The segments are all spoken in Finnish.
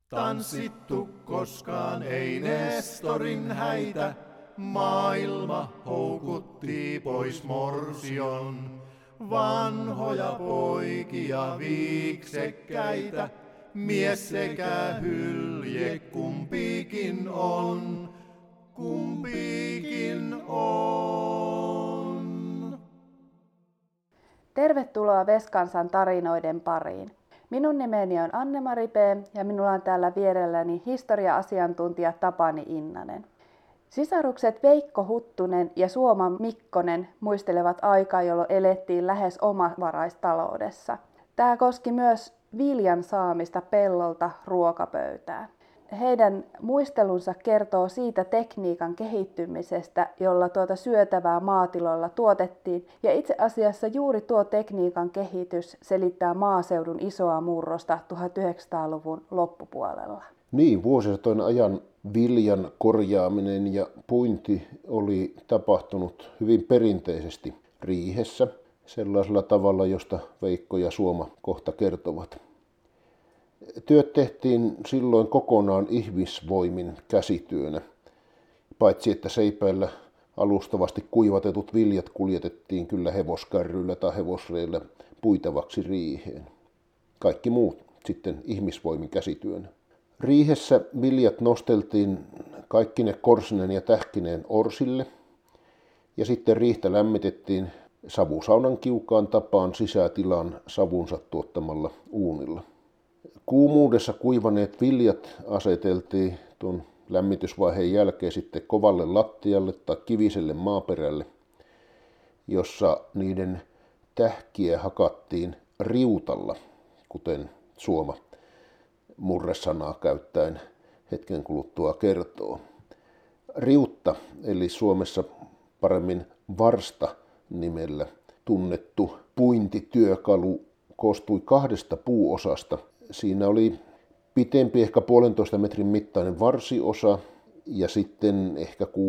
Tanssittu koskaan ei Nestorin häitä, maailma houkutti pois morsion. Vanhoja poikia viiksekkäitä, mies sekä hylje kumpikin on, kumpikin on. Tervetuloa Veskansan tarinoiden pariin. Minun nimeni on Anne-Mari P. ja minulla on täällä vierelläni historia-asiantuntija Tapani Innanen. Sisarukset Veikko Huttunen ja Suoma Mikkonen muistelevat aikaa, jolloin elettiin lähes omavaraistaloudessa. Tämä koski myös viljan saamista pellolta ruokapöytään. Heidän muistelunsa kertoo siitä tekniikan kehittymisestä, jolla tuota syötävää maatiloilla tuotettiin, ja itse asiassa juuri tuo tekniikan kehitys selittää maaseudun isoa murrosta 1900-luvun loppupuolella. Niin, vuosisatojen ajan viljan korjaaminen ja puinti oli tapahtunut hyvin perinteisesti riihessä, sellaisella tavalla, josta Veikko ja Suoma kohta kertovat. Työt tehtiin silloin kokonaan ihmisvoimin käsityönä, paitsi että seipäillä alustavasti kuivatetut viljat kuljetettiin kyllä hevoskärryillä tai hevosreillä puitavaksi riiheen. Kaikki muut sitten ihmisvoimin käsityönä. Riihessä viljat nosteltiin kaikkine korsineen ja tähkineen orsille ja sitten riihtä lämmitettiin savusaunan kiukaan tapaan sisätilan savunsa tuottamalla uunilla. Kuumuudessa kuivaneet viljat aseteltiin tuon lämmitysvaiheen jälkeen sitten kovalle lattialle tai kiviselle maaperälle, jossa niiden tähkiä hakattiin riutalla, kuten Suoma murresanaa käyttäen hetken kuluttua kertoo. Riutta, eli Suomessa paremmin varsta nimellä tunnettu puintityökalu, koostui 2 puuosasta. Siinä oli pitempi, ehkä 1,5 metrin mittainen varsiosa ja sitten ehkä 60-70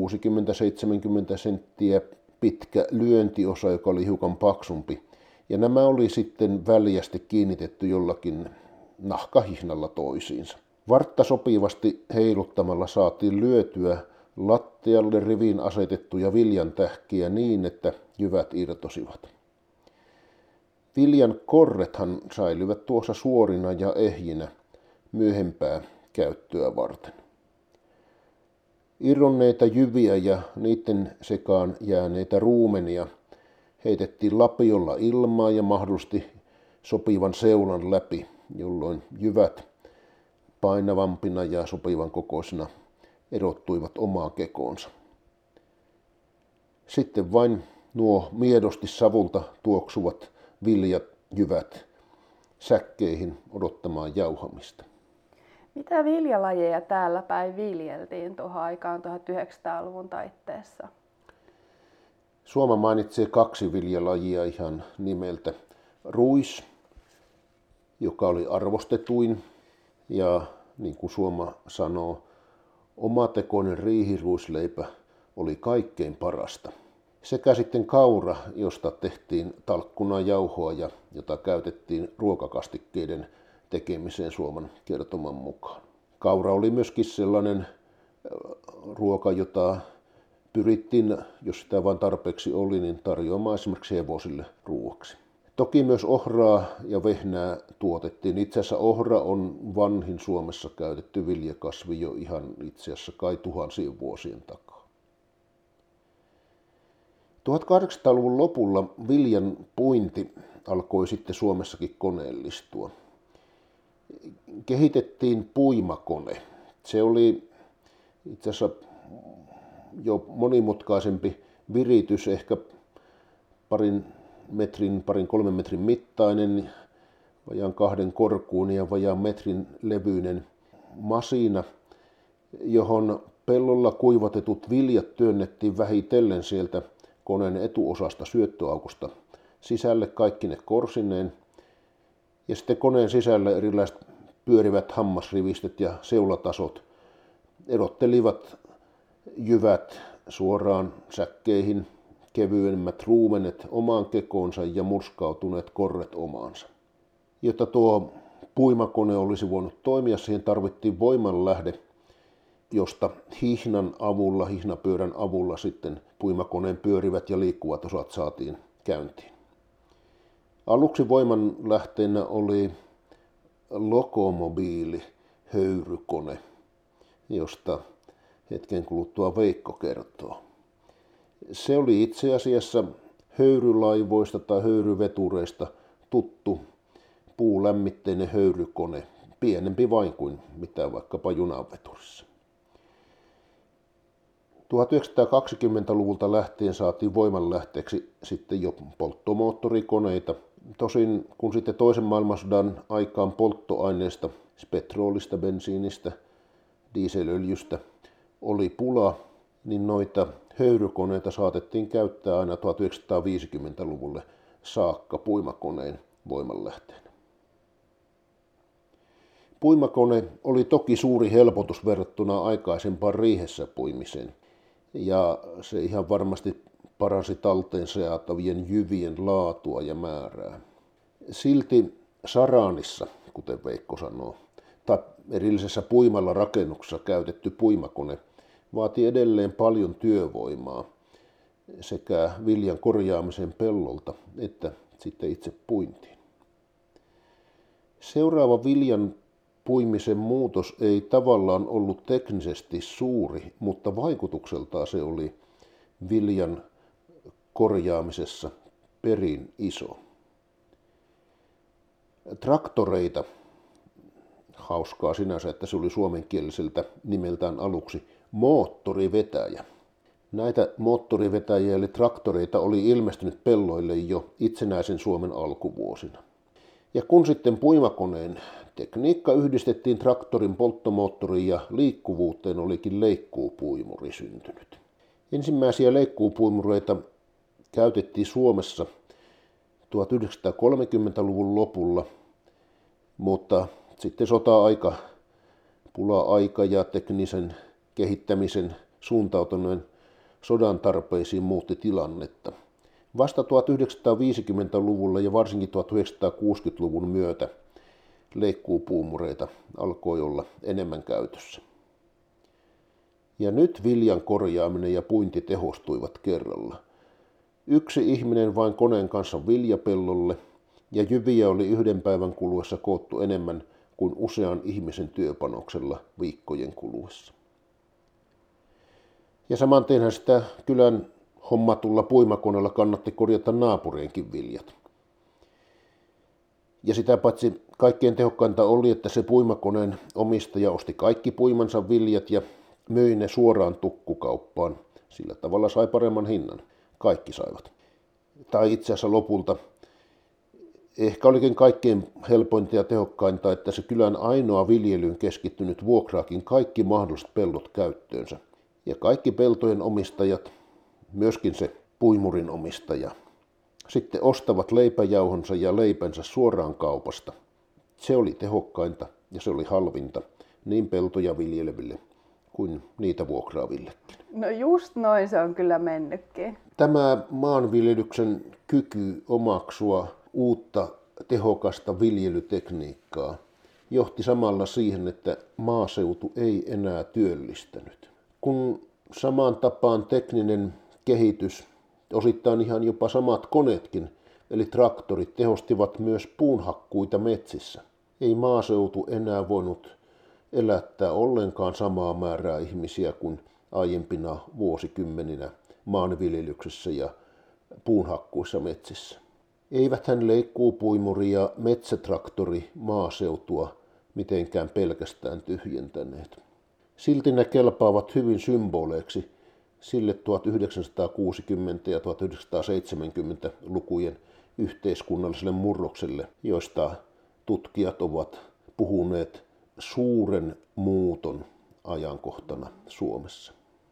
senttiä pitkä lyöntiosa, joka oli hiukan paksumpi. Ja nämä oli sitten väljästi kiinnitetty jollakin nahkahihnalla toisiinsa. Vartta sopivasti heiluttamalla saatiin lyötyä lattialle riviin asetettuja viljan tähkiä niin, että jyvät irtosivat. Viljan korrethan säilyvät tuossa suorina ja ehjinä myöhempää käyttöä varten. Irronneita jyviä ja niiden sekaan jääneitä ruumenia heitettiin lapiolla ilmaa ja mahdollisesti sopivan seulan läpi, jolloin jyvät painavampina ja sopivan kokoisina erottuivat omaan kekoonsa. Sitten vain nuo miedosti savulta tuoksuvat viljat, jyvät säkkeihin odottamaan jauhamista. Mitä viljalajeja täällä päin viljeltiin tuohon aikaan 1900-luvun taitteessa? Suoma mainitsee 2 viljalajia ihan nimeltä. Ruis, joka oli arvostetuin, ja niin kuin Suoma sanoo, omatekoinen riihiruisleipä oli kaikkein parasta. Sekä sitten kaura, josta tehtiin talkkunajauhoa ja jota käytettiin ruokakastikkeiden tekemiseen Suomen kertoman mukaan. Kaura oli myöskin sellainen ruoka, jota pyrittiin, jos sitä vain tarpeeksi oli, niin tarjoamaan esimerkiksi hevosille ruuaksi. Toki myös ohraa ja vehnää tuotettiin. Itse asiassa ohra on vanhin Suomessa käytetty viljakasvi jo ihan itse asiassa kai tuhansien vuosien takaa. 1800-luvun lopulla viljan puinti alkoi sitten Suomessakin koneellistua. Kehitettiin puimakone. Se oli itse asiassa jo monimutkaisempi viritys, ehkä 3 metrin mittainen, vajaan 2 korkuun ja vajaan metrin levyinen masina, johon pellolla kuivatetut viljat työnnettiin vähitellen sieltä koneen etuosasta syöttöaukosta sisälle kaikkine korsineen. Ja sitten koneen sisällä erilaiset pyörivät hammasrivistöt ja seulatasot erottelivat jyvät suoraan säkkeihin, kevyemmät ruumenet omaan kekoonsa ja murskautuneet korret omaansa. Jotta tuo puimakone olisi voinut toimia, siihen tarvittiin voimanlähde, josta hihnapyörän avulla sitten puimakoneen pyörivät ja liikkuvat osat saatiin käyntiin. Aluksi voimanlähteenä oli lokomobiili-höyrykone, josta hetken kuluttua Veikko kertoo. Se oli itse asiassa höyrylaivoista tai höyryvetureista tuttu puulämmitteinen höyrykone, pienempi vain kuin mitä vaikkapa junanveturissa. 1920-luvulta lähtien saatiin voimanlähteeksi sitten jo polttomoottorikoneita. Tosin kun sitten toisen maailmansodan aikaan polttoaineesta, petroolista, bensiinistä, dieselöljystä oli pula, niin noita höyrykoneita saatettiin käyttää aina 1950-luvulle saakka puimakoneen voimanlähteenä. Puimakone oli toki suuri helpotus verrattuna aikaisempaan riihessä puimiseen, ja se ihan varmasti paransi talteen saatavien jyvien laatua ja määrää. Silti Saranissa, kuten Veikko sanoo, tai erillisessä puimalla rakennuksessa käytetty puimakone vaati edelleen paljon työvoimaa sekä viljan korjaamisen pellolta että sitten itse puintiin. Seuraava viljan puimisen muutos ei tavallaan ollut teknisesti suuri, mutta vaikutukseltaan se oli viljan korjaamisessa perin iso. Traktoreita, hauskaa sinänsä, että se oli suomenkieliseltä nimeltään aluksi moottorivetäjä. Näitä moottorivetäjiä eli traktoreita oli ilmestynyt pelloille jo itsenäisen Suomen alkuvuosina. Ja kun sitten puimakoneen tekniikka yhdistettiin traktorin polttomoottoriin ja liikkuvuuteen, olikin leikkuupuimuri syntynyt. Ensimmäisiä leikkuupuimureita käytettiin Suomessa 1930-luvun lopulla, mutta sitten sota-aika, pula-aika ja teknisen kehittämisen suuntautuneen sodan tarpeisiin muutti tilannetta. Vasta 1950-luvulla ja varsinkin 1960-luvun myötä leikkuupuimureita alkoi olla enemmän käytössä. Ja nyt viljan korjaaminen ja puinti tehostuivat kerralla. Yksi ihminen vain koneen kanssa viljapellolle, ja jyviä oli yhden päivän kuluessa koottu enemmän kuin usean ihmisen työpanoksella viikkojen kuluessa. Ja saman teinhän sitä kylän hommatulla puimakoneella kannatti korjata naapurienkin viljat. Ja sitä paitsi kaikkein tehokkainta oli, että se puimakoneen omistaja osti kaikki puimansa viljat ja myi ne suoraan tukkukauppaan. Sillä tavalla sai paremman hinnan. Kaikki saivat. Tai itse asiassa lopulta ehkä olikin kaikkein helpointa ja tehokkainta, että se kylän ainoa viljelyyn keskittynyt vuokraakin kaikki mahdolliset pellot käyttöönsä. Ja kaikki peltojen omistajat, myöskin se puimurin omistaja, sitten ostavat leipäjauhonsa ja leipänsä suoraan kaupasta. Se oli tehokkainta ja se oli halvinta niin peltoja viljeleville kuin niitä vuokraavillekin. No just noin se on kyllä mennytkin. Tämä maanviljelyksen kyky omaksua uutta tehokasta viljelytekniikkaa johti samalla siihen, että maaseutu ei enää työllistänyt. Kun samaan tapaan tekninen kehitys, osittain ihan jopa samat koneetkin, eli traktorit tehostivat myös puunhakkuita metsissä, ei maaseutu enää voinut elättää ollenkaan samaa määrää ihmisiä kuin aiempina vuosikymmeninä maanviljelyksessä ja puunhakkuissa metsissä. Eiväthän leikkuupuimuri ja metsätraktori maaseutua mitenkään pelkästään tyhjentäneet. Silti ne kelpaavat hyvin symboleiksi sille 1960- ja 1970-lukujen yhteiskunnalliselle murrokselle, joista tutkijat ovat puhuneet suuren muuton ajankohtana Suomessa.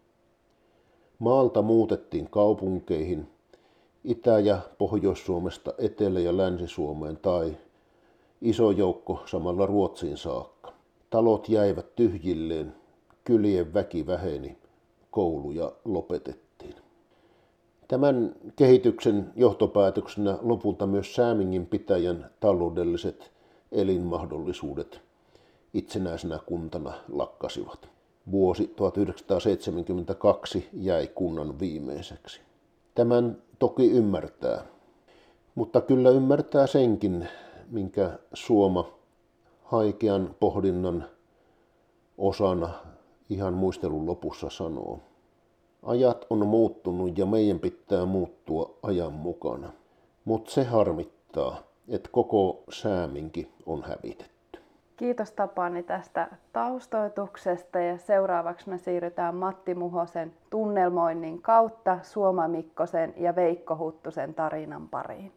Maalta muutettiin kaupunkeihin, Itä- ja Pohjois-Suomesta Etelä- ja Länsi-Suomeen tai iso joukko samalla Ruotsiin saakka. Talot jäivät tyhjilleen, kylien väki väheni, kouluja lopetettiin. Tämän kehityksen johtopäätöksenä lopulta myös Säämingin pitäjän taloudelliset elinmahdollisuudet itsenäisenä kuntana lakkasivat. Vuosi 1972 jäi kunnan viimeiseksi. Tämän toki ymmärtää, mutta kyllä ymmärtää senkin, minkä Suoma haikean pohdinnan osana ihan muistelun lopussa sanoo. Ajat on muuttunut ja meidän pitää muuttua ajan mukana, mutta se harmittaa, että koko Sääminki on hävitetty. Kiitos Tapani tästä taustoituksesta ja seuraavaksi me siirrytään Matti Muhosen tunnelmoinnin kautta Suoma Mikkosen ja Veikko Huttusen tarinan pariin.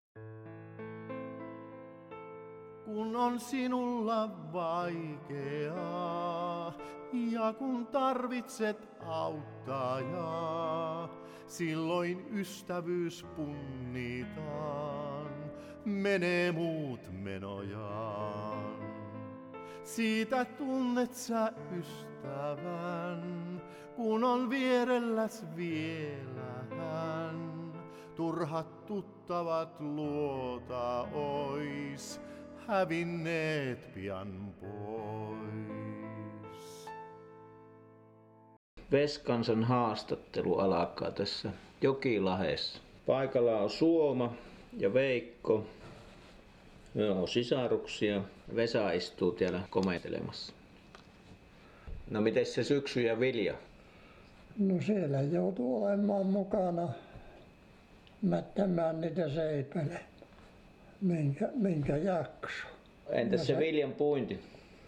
Kun on sinulla vaikeaa ja kun tarvitset auttajaa, silloin ystävyys punnitaan, menee muut menojaan. Siitä tunnet sä ystävän, kun on vierelläs vielä hän. Turhat tuttavat luota ois, hävinneet pian pois. Veskansan haastattelu alkaa tässä Jokilahdessa. Paikalla on Suoma ja Veikko. Me on sisaruksia. Vesa istuu siellä kometelemassa. No miten se syksy ja vilja? No siellä joutuu olemaan mukana mättämään niitä seipeleitä, minkä jakso. Entäs se viljan puinti?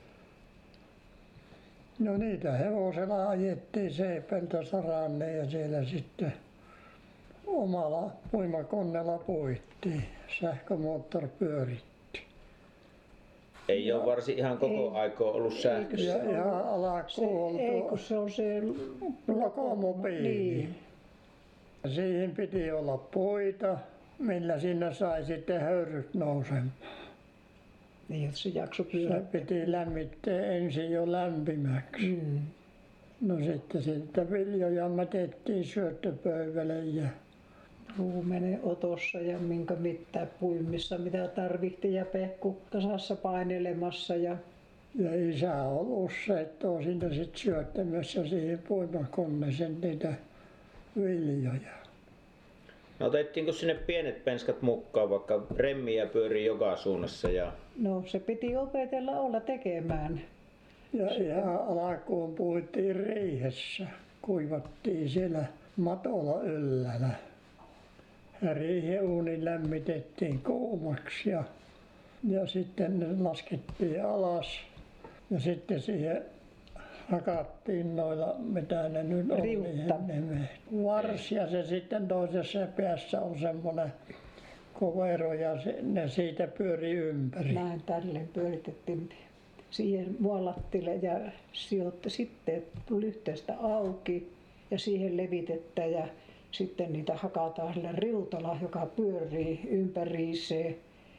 No niitä hevosella ajettiin seipeltä Saranne ja siellä sitten omalla puimakoneella puittiin. Sähkömoottori pyöritti. Ei ole varsin ihan koko aikaa ollut sähkössä. Ja ihan alkuun Ei, kun se on se lokomobiili. Niin. Siihen piti olla puita, millä sinne sai sitten höyryt nousemaan. Niin, että se jakso Se pyörittää. piti lämmittää ensin jo lämpimäksi. Mm. No sitten viljoja mätettiin syöttöpöydälle ja Ruumenen otossa ja minkä mitään puimissa, mitä tarvittiin, ja Pehku kasassa painelemassa. Ja isä on usein sinne sitten syöttämässä siihen puimakoneeseen niitä viljoja. No otettiinko sinne pienet penskat mukaan, vaikka remmiä pyörii joka suunnassa? no se piti opetella olla tekemään. Ja ihan alkuun puitiin riihessä, kuivattiin siellä matolla yllällä. Ja riihenuuni lämmitettiin kuumaksi ja sitten ne laskettiin alas ja sitten siihen hakattiin noilla, mitä ne nyt on, Riutta. varsi ja se sitten toisessa päässä on semmoinen kovero ja ne siitä pyöri ympäri. Näin tälleen pyöritettiin siihen muolattille ja sitten lyhteestä auki ja siihen levitetään ja sitten niitä hakataan sillä riutalla, joka pyörii ympäriinsä.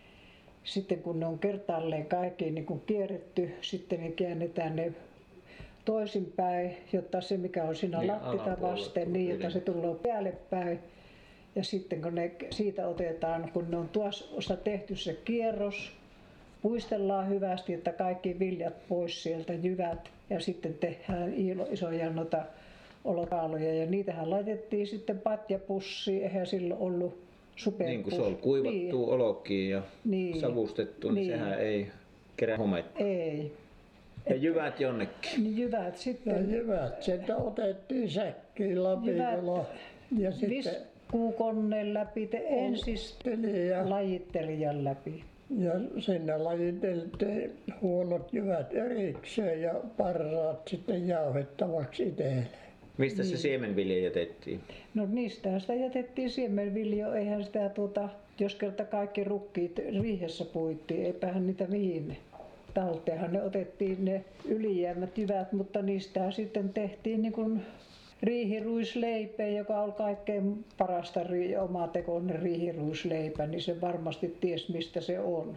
Sitten kun ne on kertaalleen kaikki niin kun kierretty, sitten ne käännetään ne toisinpäin, jotta se mikä on siinä Niin, lattita alapuolella vasten, niin että yli. se tulee päälle päin. Ja sitten kun ne siitä otetaan, kun ne on tuossa tehty se kierros, puistellaan hyvästi, että kaikki viljat pois sieltä, jyvät, ja sitten tehdään isoja noita olokaaloja, ja niitähän laitettiin sitten patjapussiin, eihän silloin ollut superpussi. Niin kuin se oli kuivattu olkiin ja Niin. savustettu, niin sehän ei kerää hometta. Ei. Ja jyvät jonnekin. Niin jyvät Ja sitten jyvät sieltä otettiin säkkiin lapiolla ja sitten viskuukoneen läpi, ensin ja, lajittelijan läpi. ja sinne lajiteltiin huonot jyvät erikseen ja parhaat sitten jauhettavaksi itselleen. Mistä se siemenvilja jätettiin? No niistähän sitä jätettiin siemenviljo, eihän sitä jos kerta kaikki rukkiit riihessä puittiin, eipähän niitä mihin talteenhan ne otettiin ne ylijäämät jyvät, mutta niistä sitten tehtiin niin kuin riihiruisleipä, joka oli kaikkein parasta omatekoinen riihiruisleipä, niin se varmasti ties mistä se on.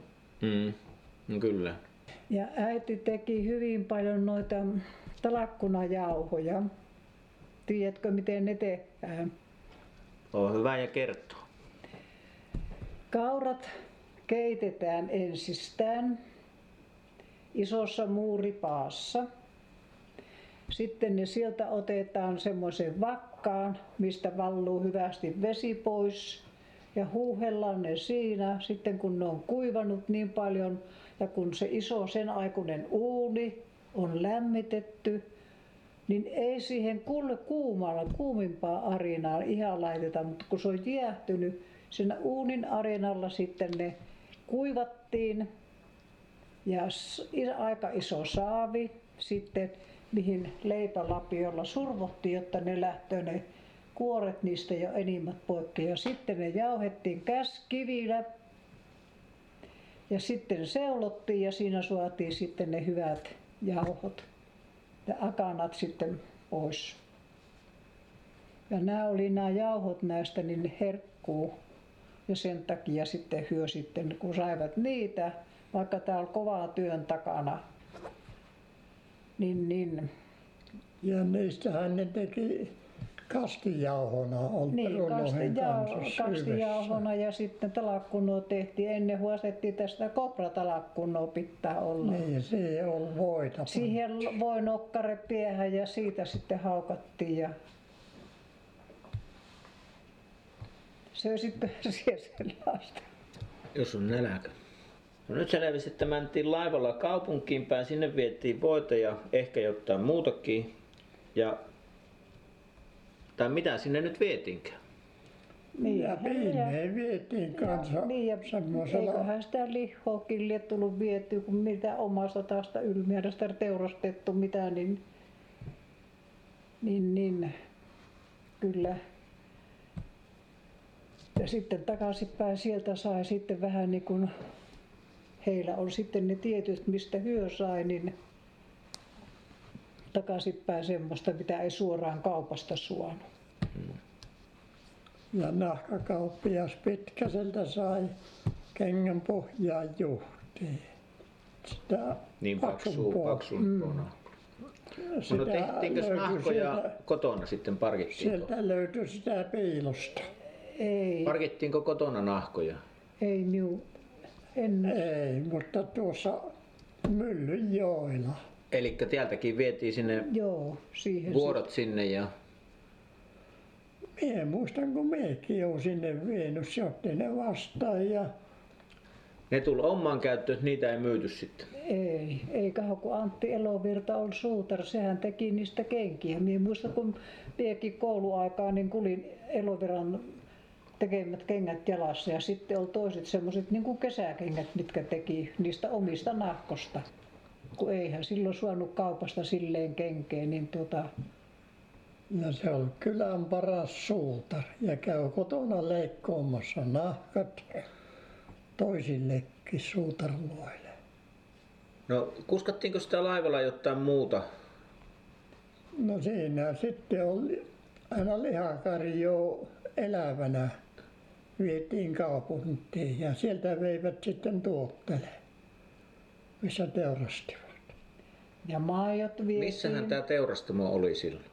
No kyllä. Ja äiti teki hyvin paljon noita talkkunajauhoja. Tiedätkö miten ne tehdään? On hyvä ja kertoo. Kaurat keitetään ensistään isossa muuripaassa. Sitten ne sieltä otetaan semmoiseen vakkaan, mistä valluu hyvästi vesi pois ja huuhellaan ne siinä. Sitten kun ne on kuivanut niin paljon ja kun se iso sen aikuinen uuni on lämmitetty, niin ei siihen kuumimpaan arinaan ihan laiteta, mutta kun se on jäähtynyt, siinä uunin arinalla sitten ne kuivattiin ja aika iso saavi sitten, mihin leipälapiolla survottiin, jotta ne lähtee ne kuoret niistä jo enimmät poikki. Ja sitten ne jauhettiin käskivillä ja sitten seulottiin ja siinä saatiin sitten ne hyvät jauhot ja akanat sitten pois. Ja nämä jauhot näistä niin herkkuu ja sen takia sitten sitten kun saivat niitä, vaikka tää oli kovaa työn takana, niin. Ja niistähän ne teki kastijauhona Niin, kastijauhona ja sitten talakkunnoa tehtiin. Ennen huosettiin tästä kopratalakkunnoa pitää olla. Niin, se on voita. Siihen voi nokkare päähän ja siitä sitten haukattiin. Ja se sitten sellaista. Jos on nälkä. No nyt selvisi, että mentiin laivalla kaupunkiin päin, sinne vietiin voita ja ehkä jotain muutakin. Tai mitä sinne nyt vietiinkään? Niin, ja piimää vietiin kanssa niin, ja semmoisella. eiköhän sitä lihoakin lie tullut vietyä, kun mitä omasta taasta Ylmierestä teurastettu mitä, niin kyllä. Ja sitten takaisinpäin sieltä sai sitten vähän niin kuin heillä on sitten ne tietyt mistä hyö sai, niin takaisinpäin semmoista mitä ei suoraan kaupasta suonut. Ja nahkakauppias Pitkäseltä sai kengän pohjaan juhtiin. Sitä niin paksumpaa nahkaa. No tehtiinkö nahkoja sieltä, kotona sitten parkittiinko? Sieltä löytyi sitä piilosta. Ei. Parkittiinko kotona nahkoja? Ei Ei, mutta tuossa Myllynjoella. Elikkä täältäkin vietiin sinne siihen vuorot sinne ja... Mie muistan, kun mekin olen sinne vienyt, se otti ne vastaan ja... Ne tuli omaan käyttöön, että niitä ei myyty sitten? Ei, eikä kun Antti Elovirta oli suutari, sehän teki niistä kenkiä. Mie muistan, kun miekin kouluaikaa, niin kulin Eloviran tekemät kengät jalassa ja sitten oli toiset semmoiset niin kuin kesäkengät, mitkä teki niistä omista nahkosta. Kun eihän silloin saanut kaupasta silleen kenkeä, niin Ja se on kylän paras suutari ja käy kotona leikkoamassa nahkat toisillekin suutarloille. No kuskattiinko sitä laivalla jotain muuta? No siinä sitten oli aina lihakarjoa elävänä vietiin kaupunkiin ja sieltä veivät sitten tuotteelle, missä teurastivat. Ja maajot vietiin. Missähän tämä teurastamo oli silloin?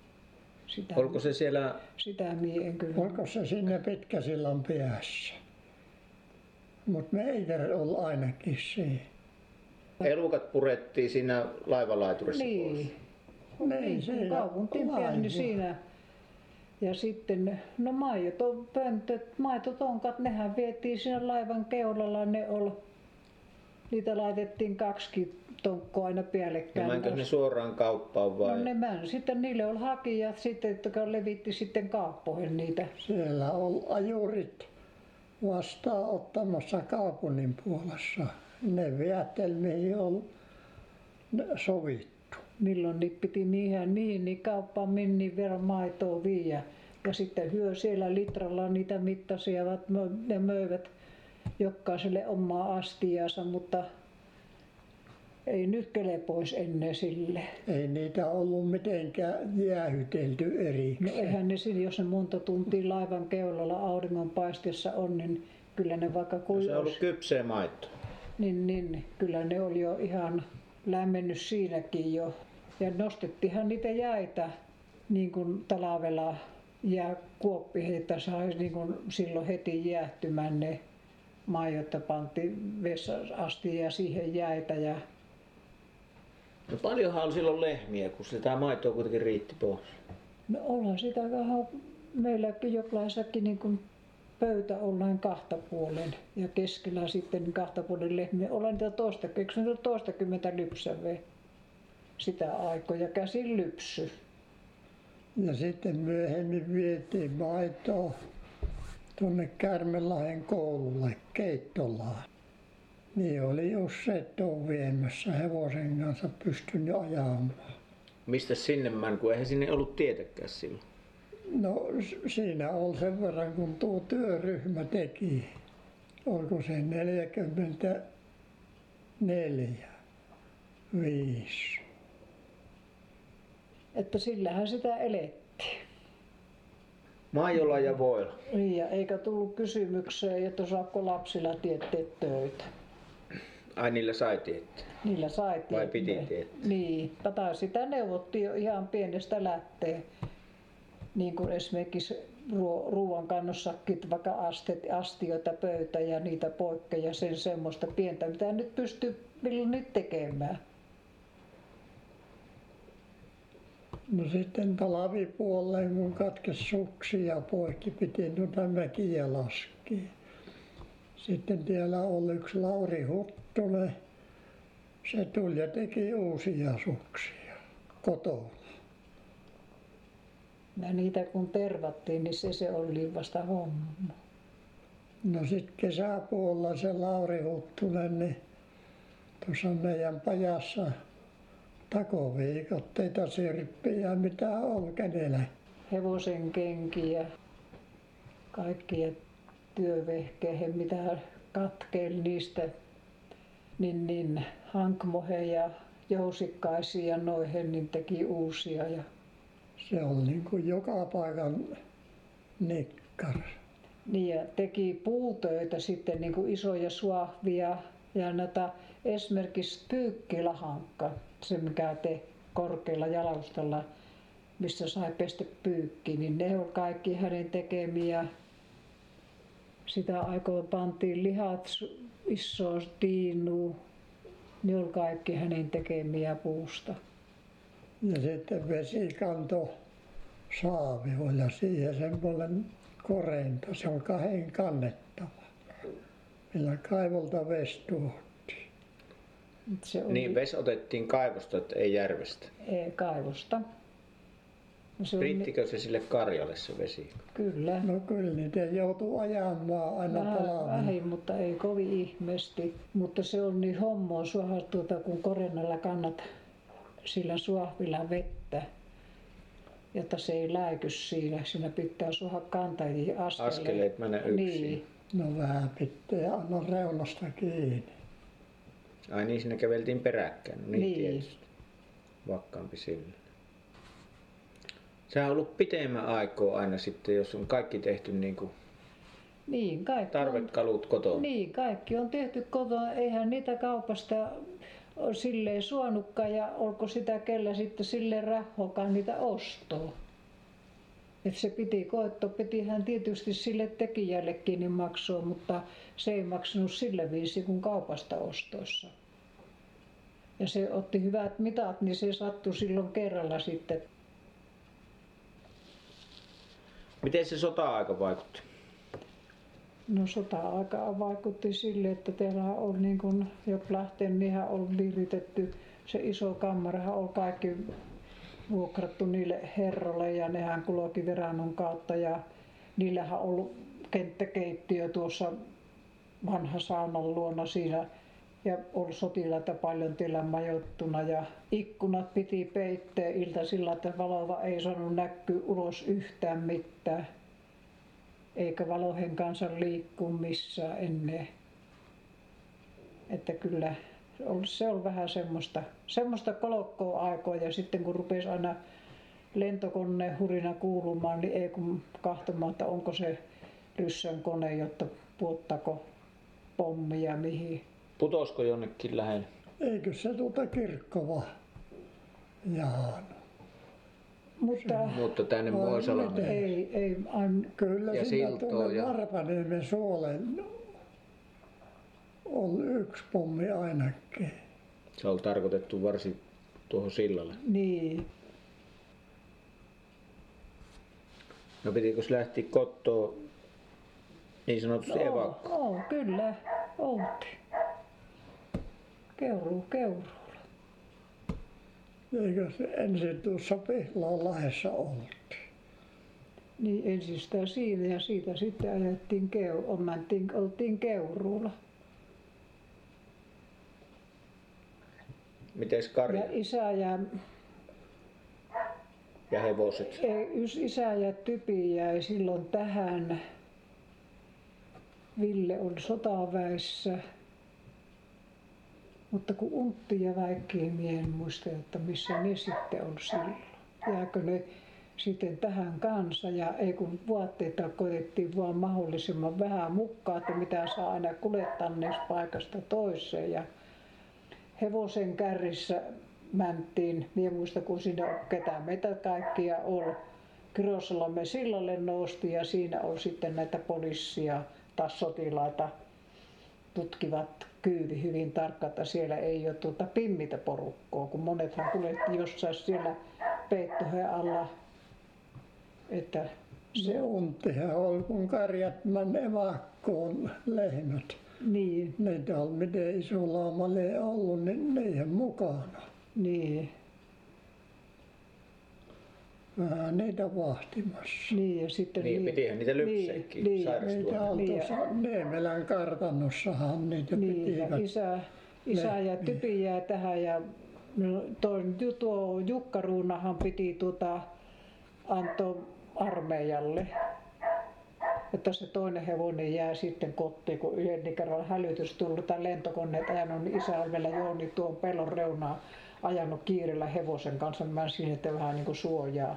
Oliko se siellä? Sitä mie en kyllä. Oliko se sinne Pitkäsillan päässä? Mutta meidän oli ainakin se. Elukat purettiin siinä laivalaiturissa pois? Niin, kaupunkiin päällä, niin siinä. Ja sitten, no maitotonkat, nehän vietiin siinä laivan keulalla, niitä laitettiin 2 tonkkoa aina päällekkäin. Ja menkö ne suoraan kauppaan vai? No ne meni. Sitten niille oli hakijat, jotka levitti sitten kauppoihin niitä. Siellä oli ajurit vastaanottamassa kaupungin puolessa. Ne viettelmiin oli sovittu. Milloin niin piti mihin niin kauppaan minni verran maitoa viiä. Ja sitten hyö siellä litralla niitä mittasivat ja möivät jokaiselle omaa astiansa, mutta ei nyt kelepois ennen sille. Ei niitä ollut mitenkään jäähytelty erikseen. No eihän ne siinä, jos ne monta tuntia laivan keulalla auringonpaisteessa on, niin kyllä ne vaikka kuin se on ollut kypsää maitoa. Niin, kyllä ne oli jo ihan lämmennyt siinäkin jo. Ja nostettiinhan niitä jäitä niin kuin talvella ja kuoppiheitä sai niin kuin silloin heti jäähtymään ne maidot, pantiin vessa-astia ja siihen jäitä. Ja No paljonhan oli silloin lehmiä, kun sitä maitoa kuitenkin riitti pois. no ollaan sitä vähän meilläkin jokaisessakin niin kuin pöytä ollaan kahta puolen ja keskellä sitten kahta puolen lehmiä. Ollaan niitä toistakymmentä lypsävää sitä aikoja käsin lypsy. Ja sitten myöhemmin vietiin maitoa tuonne Kärmänlahden koululle Keittolaan. Niin oli useat viemässä hevosen kanssa pystynyt ajamaan. Mistä sinne meni, kun eihän sinne ollut tietäkään silloin? No siinä oli sen verran, kun tuo työryhmä teki. Oliko se 44, 5. Että sillähän sitä elettiin. Maidolla ja voilla. Ja eikä tullut kysymykseen, että saako lapsilla teettää töitä. Ai niillä sai tietää. Niillä sai Vai piti tietää? Niin, tai sitä neuvottiin jo ihan pienestä lähtee. Niin kuin esimerkiksi ruoan kannossakin vaikka astioita, pöytä ja niitä poikkeja, sen semmoista pientä, mitä nyt pystyy nyt tekemään. No sitten talvipuolelle, kun katkesi suksia poikki, piti noita mäkiä laskea. Sitten täällä oli yksi Lauri Huttunen. Se tuli ja teki uusia suksia kotona. Ja niitä kun tervattiin, niin se oli vasta homma. No sitten kesäpuolella se Lauri Huttunen, niin tuossa meidän pajassa takoviikotteita, sirppiä, mitä oli kenellä. Hevosen kenkiä, kaikkia työvehkeihin, mitä katkeli niistä, niin hankmohe ja jousikkaisia noihin, niin teki uusia. Ja Se oli niin kuin joka paikan nikkari. niin ja teki puutöitä sitten niin kuin isoja suahvia ja näitä esimerkiksi pyykkilahankka, se mikä te korkealla jalustalla, mistä sai pestä pyykki, niin ne oli kaikki hänen tekemiä. Sitä aikaa pantiin lihat isoon tiinuun, ne oli kaikki hänen tekemiä puusta. Ja sitten vesikanto saavi oli ja siihen semmoinen korento, se on 2 kannettava, millä kaivolta vesi tuotiin. Se oli Niin vesi otettiin kaivosta, että ei järvestä. kaivosta. No se oli Riittikö se sille karjalle se vesi? kyllä. No kyllä niitä joutuu ajamaan aina talvella. Vähin, mutta ei kovin ihmeesti. Mutta se on niin hommoa suoha kun korennalla kannat sillä suahvilla vettä, jotta se ei läiky siinä. Siinä pitää suoha kantajia Askeleet mennä yksin. Niin. No vähän pitää anna reunasta kiinni. Ai niin, siinä käveltiin peräkkäin. No niin, Niin. tietysti. Vakkaampi sillä. Sehän on ollut pitemmän aikaa aina sitten, jos on kaikki tehty niin kuin Niin, kaikki tarvekalut kotona. Niin, kaikki on tehty kotona. Eihän niitä kaupasta silleen suonutkaan ja olko sitä kellä sitten silleen rahoakaan niitä ostoa. Et se pitihän tietysti sille tekijällekin niin maksua, mutta se ei maksanut sillä viisi kuin kaupasta ostoissa. Ja se otti hyvät mitat, niin se sattui silloin kerralla sitten. Miten se sota-aika vaikutti? No sota-aika vaikutti sille, että täällä on niin kuin Joplahteen, niinhän on viritetty. Se iso kammarihan on kaikki vuokrattu niille herroille ja nehän kulki Verannon kautta ja niillähän on ollut kenttäkeittiö tuossa vanha saunan luona siinä ja oli sotilaita paljon tiellä majoittuna ja ikkunat piti peittää iltasilla, että valoa ei saanut näkyä ulos yhtään mitään. Eikä valohen kanssa liikkuu missään ennen. Että kyllä se on vähän semmoista kolokkoa aikaa ja sitten kun rupesi aina lentokoneen hurina kuulumaan, niin ei kun kahtomaan, että onko se ryssän kone, jotta puottako pommia mihin. Putosko jonnekin lähelle? Eikö se kirkkoa jaannut? Mutta tänne Moisalaan. ei aina. Kyllä Ja sinä siltoa tuonne ja- Varpaniemen suolen ollut yksi pommi ainakin. Se oli tarkoitettu varsin tuohon sillalle. Niin. No pitikö lähteä kotoa niin sanotusti evakkoon? Kyllä, oltiin. Keuruulla. Eikö se ensin tuossa Pihlaanlahdessa oltiin? Niin ensin sitä siinä ja siitä sitten ajettiin oltiin Keuruulla. Mites karja Ja isä ja hevoset? isä ja Typi jäi silloin tähän. Ville oli sotaväessä. Mutta kun Untti ja Väikki, en muista, että missä ne sitten on silloin. Jääkö ne sitten tähän kanssa ja ei kun vaatteita koetettiin vaan mahdollisimman vähän mukaan, että mitä saa aina kuljettaneeksi paikasta toiseen. Ja hevosen kärrissä mentiin, minä muista kun siinä ketä meitä kaikkia oli. Kirosalmen sillalle nousti ja siinä oli sitten näitä poliisia tai sotilaita tutkivat kyyvi hyvin tarkkaan, että siellä ei ole pimmitä porukkaa, kun monethan kuljetti jossain siellä peittohen alla. Että Se Unttihan oli, kun karjat meni evakkoon lehmät. niin, Niitä oli miten iso lauma lie ollut, niin niiden mukana. niin, Vähän niitä vahtimassa. niin ja sitten Niin, pitihän niitä lypsääkin niin, Niitä sairastuessa. oli Niin. tuossa Niemelän kartanossahan niitä niin, pitivät. ja isä ja Typi jäi tähän ja no, tuo Jukka Ruunahan piti antoi armeijalle. Että se toinen hevonen jää sitten kotiin, kun yhden kerralla hälytys tullut tai lentokoneet ajanut, niin isä oli vielä Jouni tuon pellon reunaa ajanut kiireellä hevosen kanssa. Mä siinä, että vähän niin kuin suojaa.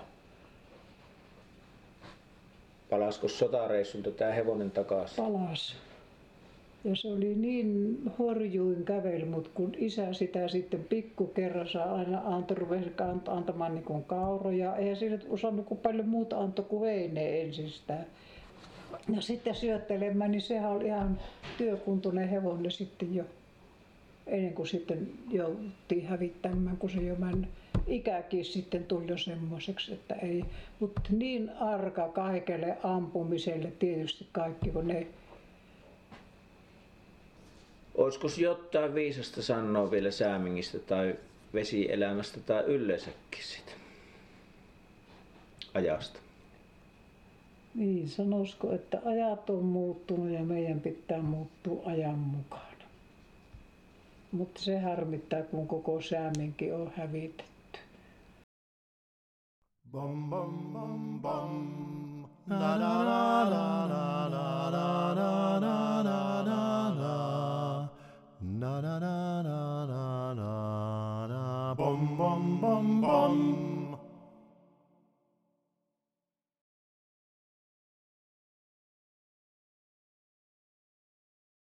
Palasko sotareissulta tämä hevonen takaisin? Palas. Ja se oli niin horjuin kävely, mutta kun isä sitä sitten pikkukerrassa aina rupesi antamaan niin kuin kauroja, eihän sillä osannut kuin paljon muuta antoi kuin heineen ensistään. Ja sitten syöttelemään, niin sehän oli ihan työkuntoinen hevonen sitten jo. Ennen kuin sitten jouduttiin hävittämään, kun se jo ikäkin sitten tuli jo semmoiseksi, että ei. Mutta niin arka kaikelle ampumiselle tietysti kaikki, kun ne. Olisiko jotain viisasta sanoa vielä säämingistä tai vesielämästä tai yleensäkin sitä ajasta? Niin, sanoisiko, että ajat on muuttunut ja meidän pitää muuttua ajan mukana. Mutta se harmittaa, kun koko Sääminki on hävitetty. Bum bum bum bum. Na na na na na na na na na na na. Na na na na na na na. Bum bum bum bum.